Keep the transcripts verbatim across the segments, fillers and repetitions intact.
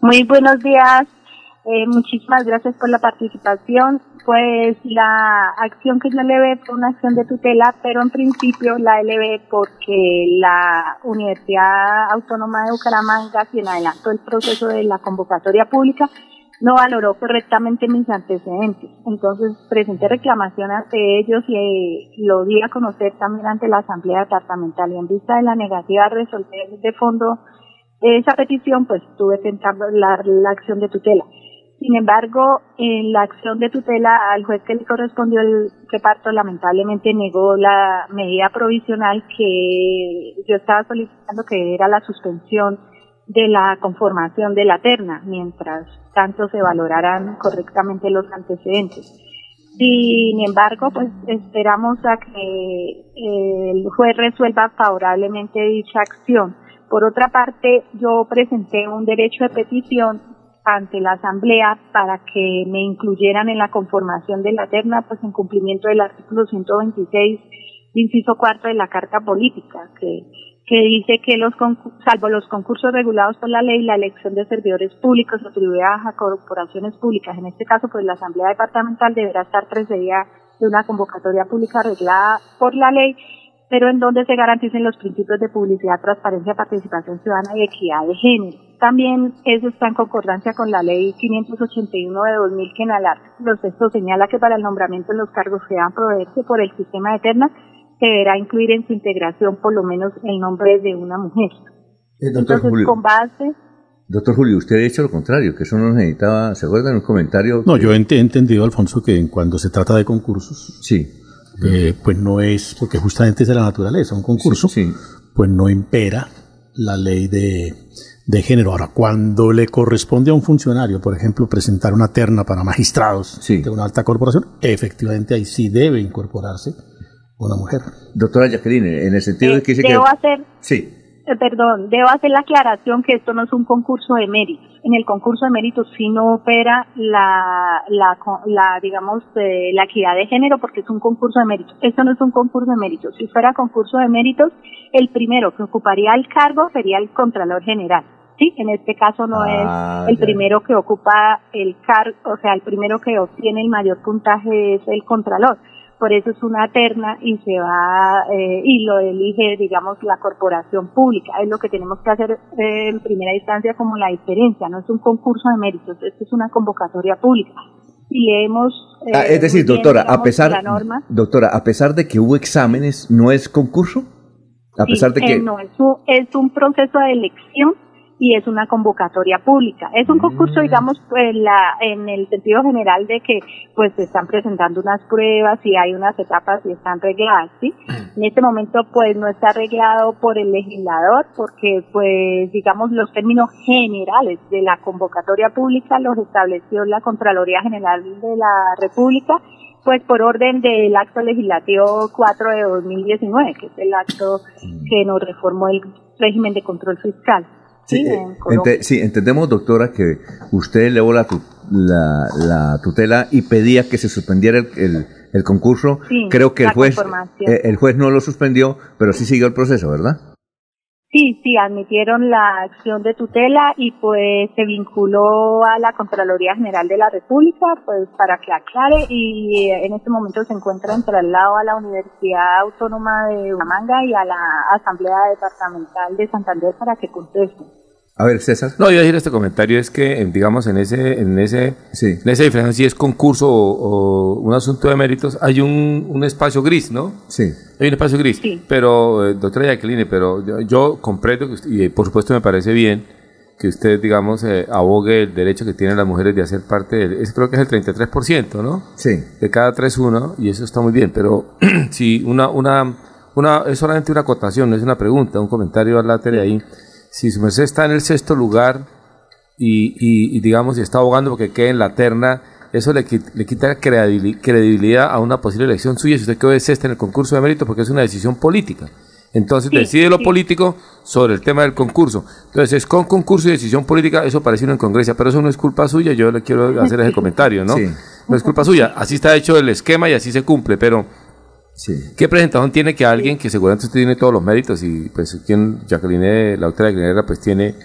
Muy buenos días, eh, muchísimas gracias por la participación. Pues la acción que yo elevé fue una acción de tutela, pero en principio la elevé porque la Universidad Autónoma de Bucaramanga, quien adelantó el proceso de la convocatoria pública, no valoró correctamente mis antecedentes. Entonces presenté reclamación ante ellos y eh, lo di a conocer también ante la Asamblea Departamental, y en vista de la negativa a resolver de fondo esa petición, pues tuve que entablar la, la acción de tutela. Sin embargo, en la acción de tutela, al juez que le correspondió el reparto lamentablemente negó la medida provisional que yo estaba solicitando, que era la suspensión de la conformación de la terna, mientras tanto se valoraran correctamente los antecedentes. Sin embargo, pues esperamos a que el juez resuelva favorablemente dicha acción. Por otra parte, yo presenté un derecho de petición ante la Asamblea para que me incluyeran en la conformación de la terna, pues en cumplimiento del artículo ciento veintiséis, inciso cuarto de la Carta Política, que, que dice que los salvo los concursos regulados por la ley, la elección de servidores públicos atribuidas a corporaciones públicas, en este caso, pues la Asamblea Departamental deberá estar precedida de una convocatoria pública arreglada por la ley, pero en donde se garanticen los principios de publicidad, transparencia, participación ciudadana y equidad de género. También eso está en concordancia con la ley quinientos ochenta y uno de dos mil, que en el artículo sexto señala que para el nombramiento en los cargos que deban proveerse por el sistema de terna, se deberá incluir en su integración por lo menos el nombre de una mujer. Eh, doctor Entonces, Julio, con base... Doctor Julio, usted ha hecho lo contrario, que eso no necesitaba, ¿se acuerdan? Un comentario... No, que... yo he entendido, Alfonso, que cuando se trata de concursos... Sí. Eh, pues no es, porque justamente es de la naturaleza, un concurso, sí, sí. Pues no impera la ley de, de género. Ahora, cuando le corresponde a un funcionario, por ejemplo, presentar una terna para magistrados sí. de una alta corporación, efectivamente ahí sí debe incorporarse una mujer. Doctora Jacqueline, en el sentido eh, de que dice debo que... hacer... Sí. Eh, perdón, debo hacer la aclaración que esto no es un concurso de méritos. En el concurso de méritos sí no opera la, la, la digamos, eh, la equidad de género, porque es un concurso de méritos. Esto no es un concurso de méritos. Si fuera concurso de méritos, el primero que ocuparía el cargo sería el Contralor General. Sí, en este caso no ah, es el ya. primero que ocupa el cargo, o sea, el primero que obtiene el mayor puntaje es el Contralor. Por eso es una terna y se va eh, y lo elige, digamos, la corporación pública. Es lo que tenemos que hacer eh, en primera instancia como la diferencia. No es un concurso de méritos, esto es una convocatoria pública. Y leemos... Eh, ah, es decir, bien, doctora, digamos, a pesar, la norma, doctora, a pesar de que hubo exámenes, ¿no es concurso? A sí, pesar de que... Eh, no, es un, es un proceso de elección y es una convocatoria pública. Es un concurso, digamos, en, la, en el sentido general de que pues se están presentando unas pruebas y hay unas etapas y están regladas, ¿sí? En este momento pues no está arreglado por el legislador porque pues digamos los términos generales de la convocatoria pública los estableció la Contraloría General de la República, pues por orden del acto legislativo cuatro de dos mil diecinueve, que es el acto que nos reformó el régimen de control fiscal. Sí, sí, ente, sí, entendemos, doctora, que usted elevó la, tu, la, la tutela y pedía que se suspendiera el, el, el concurso. Sí, creo que el juez, eh, el juez no lo suspendió, pero sí siguió el proceso, ¿verdad? Sí, sí, admitieron la acción de tutela y pues se vinculó a la Contraloría General de la República pues para que aclare, y en este momento se encuentra en traslado a la Universidad Autónoma de Bucaramanga y a la Asamblea Departamental de Santander para que contesten. A ver, César. No, yo iba a decir este comentario, es que, digamos, en ese en ese sí. en esa diferencia, si es concurso o, o un asunto de méritos, hay un, un espacio gris, ¿no? Sí. Hay un espacio gris. Sí. Pero, eh, doctora Jacqueline, pero yo, yo comprendo, que usted, y por supuesto me parece bien, que usted, digamos, eh, abogue el derecho que tienen las mujeres de hacer parte del, es, creo que es el treinta y tres por ciento, ¿no? Sí. De cada tres, uno, y eso está muy bien, pero si una, una, una, es solamente una acotación, no es una pregunta, un comentario al látere ahí. Si su merced está en el sexto lugar y, y, y digamos, y está abogando porque quede en la terna, eso le, le quita credibilidad a una posible elección suya si usted quedó de sexta en el concurso de mérito, porque es una decisión política. Entonces sí, decide lo sí. político sobre el tema del concurso. Entonces, es con concurso y decisión política, eso parece una incongruencia, pero eso no es culpa suya, yo le quiero hacer ese comentario, ¿no? Sí. No es culpa suya, así está hecho el esquema y así se cumple, pero... Sí. ¿Qué presentación tiene que alguien que seguramente usted tiene todos los méritos y pues quien Jacqueline, la doctora Jacqueline, pues tiene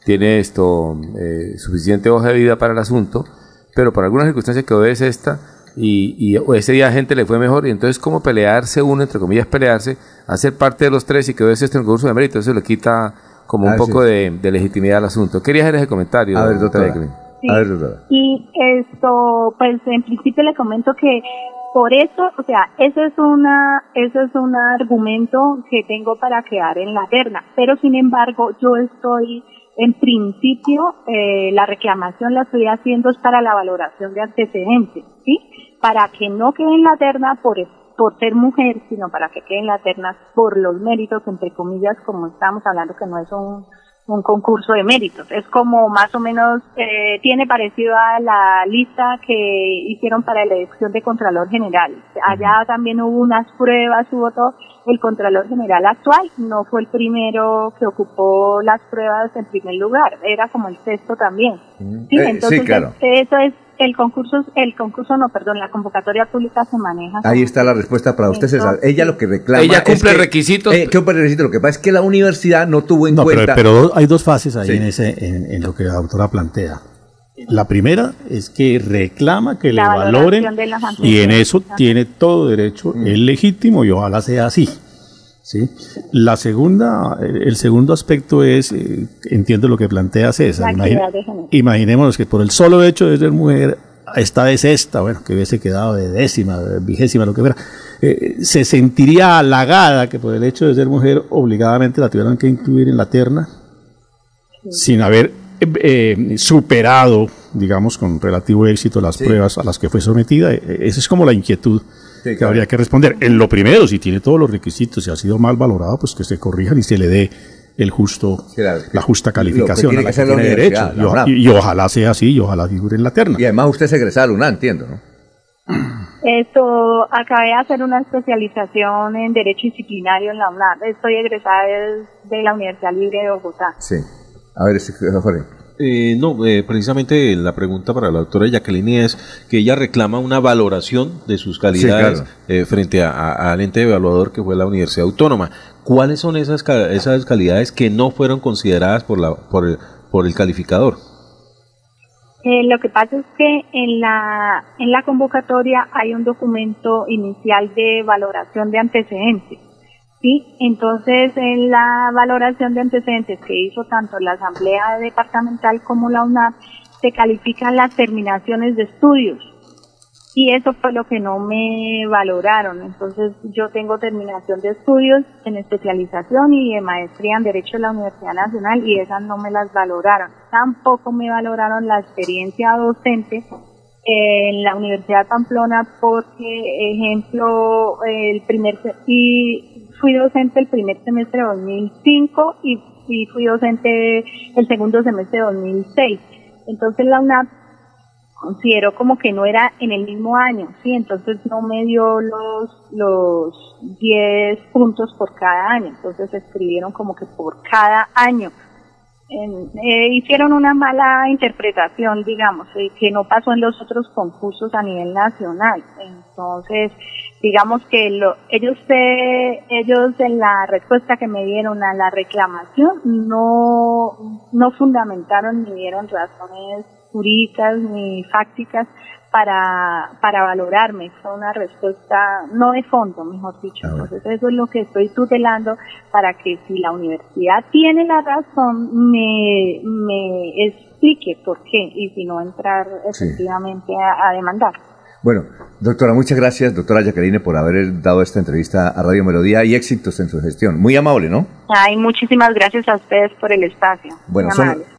tiene esto eh, suficiente hoja de vida para el asunto, pero por alguna circunstancia quedó desesta y, y ese día a gente le fue mejor, y entonces como pelearse uno, entre comillas pelearse, hacer parte de los tres y quedó desesta en el concurso de mérito, eso le quita como un ah, poco sí. de, de legitimidad al asunto. Quería hacer ese comentario. A ver, doctora. Sí. A ver, doctora. Y esto, pues en principio le comento que por eso, o sea, ese es una, ese es un argumento que tengo para quedar en la terna, pero sin embargo yo estoy, en principio, eh, la reclamación la estoy haciendo es para la valoración de antecedentes, ¿sí? Para que no quede en la terna por, por ser mujer, sino para que quede en la terna por los méritos, entre comillas, como estamos hablando, que no es un un concurso de méritos. Es como más o menos, eh, tiene parecido a la lista que hicieron para la elección de Contralor General. Allá también hubo unas pruebas, hubo todo. El Contralor General actual no fue el primero que ocupó las pruebas en primer lugar, era como el sexto también. Sí, eh, entonces sí, claro. Eso es el concurso, el concurso no, perdón, la convocatoria pública se maneja. Ahí está la respuesta para usted, César. Ella lo que reclama. Ella cumple es que, requisitos. Eh, cumple requisitos. Lo que pasa es que la universidad no tuvo en no, cuenta. Pero, pero hay dos fases ahí sí. en ese, en, en lo que la doctora plantea. La primera es que reclama que la le valoren y en eso tiene todo derecho, mm. es legítimo y ojalá sea así. ¿Sí? La segunda, el segundo aspecto es, eh, entiendo lo que plantea César, Imagine, imaginémonos que por el solo hecho de ser mujer, esta vez esta, bueno, que hubiese quedado de décima, de vigésima, lo que fuera, eh, se sentiría halagada que por el hecho de ser mujer obligadamente la tuvieran que incluir en la terna, sí. sin haber eh, superado, digamos, con relativo éxito las sí. pruebas a las que fue sometida. Esa es como la inquietud. Sí, que claro. habría que responder. En lo primero, si tiene todos los requisitos, si ha sido mal valorado, pues que se corrijan y se le dé el justo, claro, la justa calificación a la que, que tiene derecho. Y, o, y, y ojalá sea así, y ojalá figure en la terna. Y además usted es egresada de UNAM, entiendo, ¿no? Esto, acabé de hacer una especialización en Derecho Disciplinario en la UNAM. Estoy egresada de, de la Universidad Libre de Bogotá. Sí. A ver, Jorge. Eh, no, eh, precisamente la pregunta para la doctora Jacqueline es que ella reclama una valoración de sus calidades sí, claro. eh, frente al ente evaluador que fue la Universidad Autónoma. ¿Cuáles son esas, esas calidades que no fueron consideradas por, la, por, el, por el calificador? Eh, lo que pasa es que en la, en la convocatoria hay un documento inicial de valoración de antecedentes. Sí, entonces en la valoración de antecedentes que hizo tanto la Asamblea Departamental como la UNAM, se califican las terminaciones de estudios y eso fue lo que no me valoraron. Entonces yo tengo terminación de estudios en especialización y de maestría en Derecho de la Universidad Nacional y esas no me las valoraron. Tampoco me valoraron la experiencia docente en la Universidad de Pamplona porque, ejemplo, el primer y fui docente el primer semestre de dos mil cinco y, y fui docente el segundo semestre de dos mil seis. Entonces la UNAM consideró como que no era en el mismo año, sí, entonces no me dio los los diez puntos por cada año, entonces escribieron como que por cada año. En, eh, hicieron una mala interpretación, digamos, eh, que no pasó en los otros concursos a nivel nacional. Entonces, digamos que lo, ellos eh, ellos en la respuesta que me dieron a la reclamación no no fundamentaron ni dieron razones jurídicas ni fácticas para para valorarme. Fue una respuesta no de fondo, mejor dicho. Entonces eso es lo que estoy tutelando para que si la universidad tiene la razón me me explique por qué y si no entrar efectivamente sí. a, a demandar. Bueno, doctora, muchas gracias, doctora Jacqueline, por haber dado esta entrevista a Radio Melodía y éxitos en su gestión. Muy amable, ¿no? Ay, muchísimas gracias a ustedes por el espacio. Bueno, son,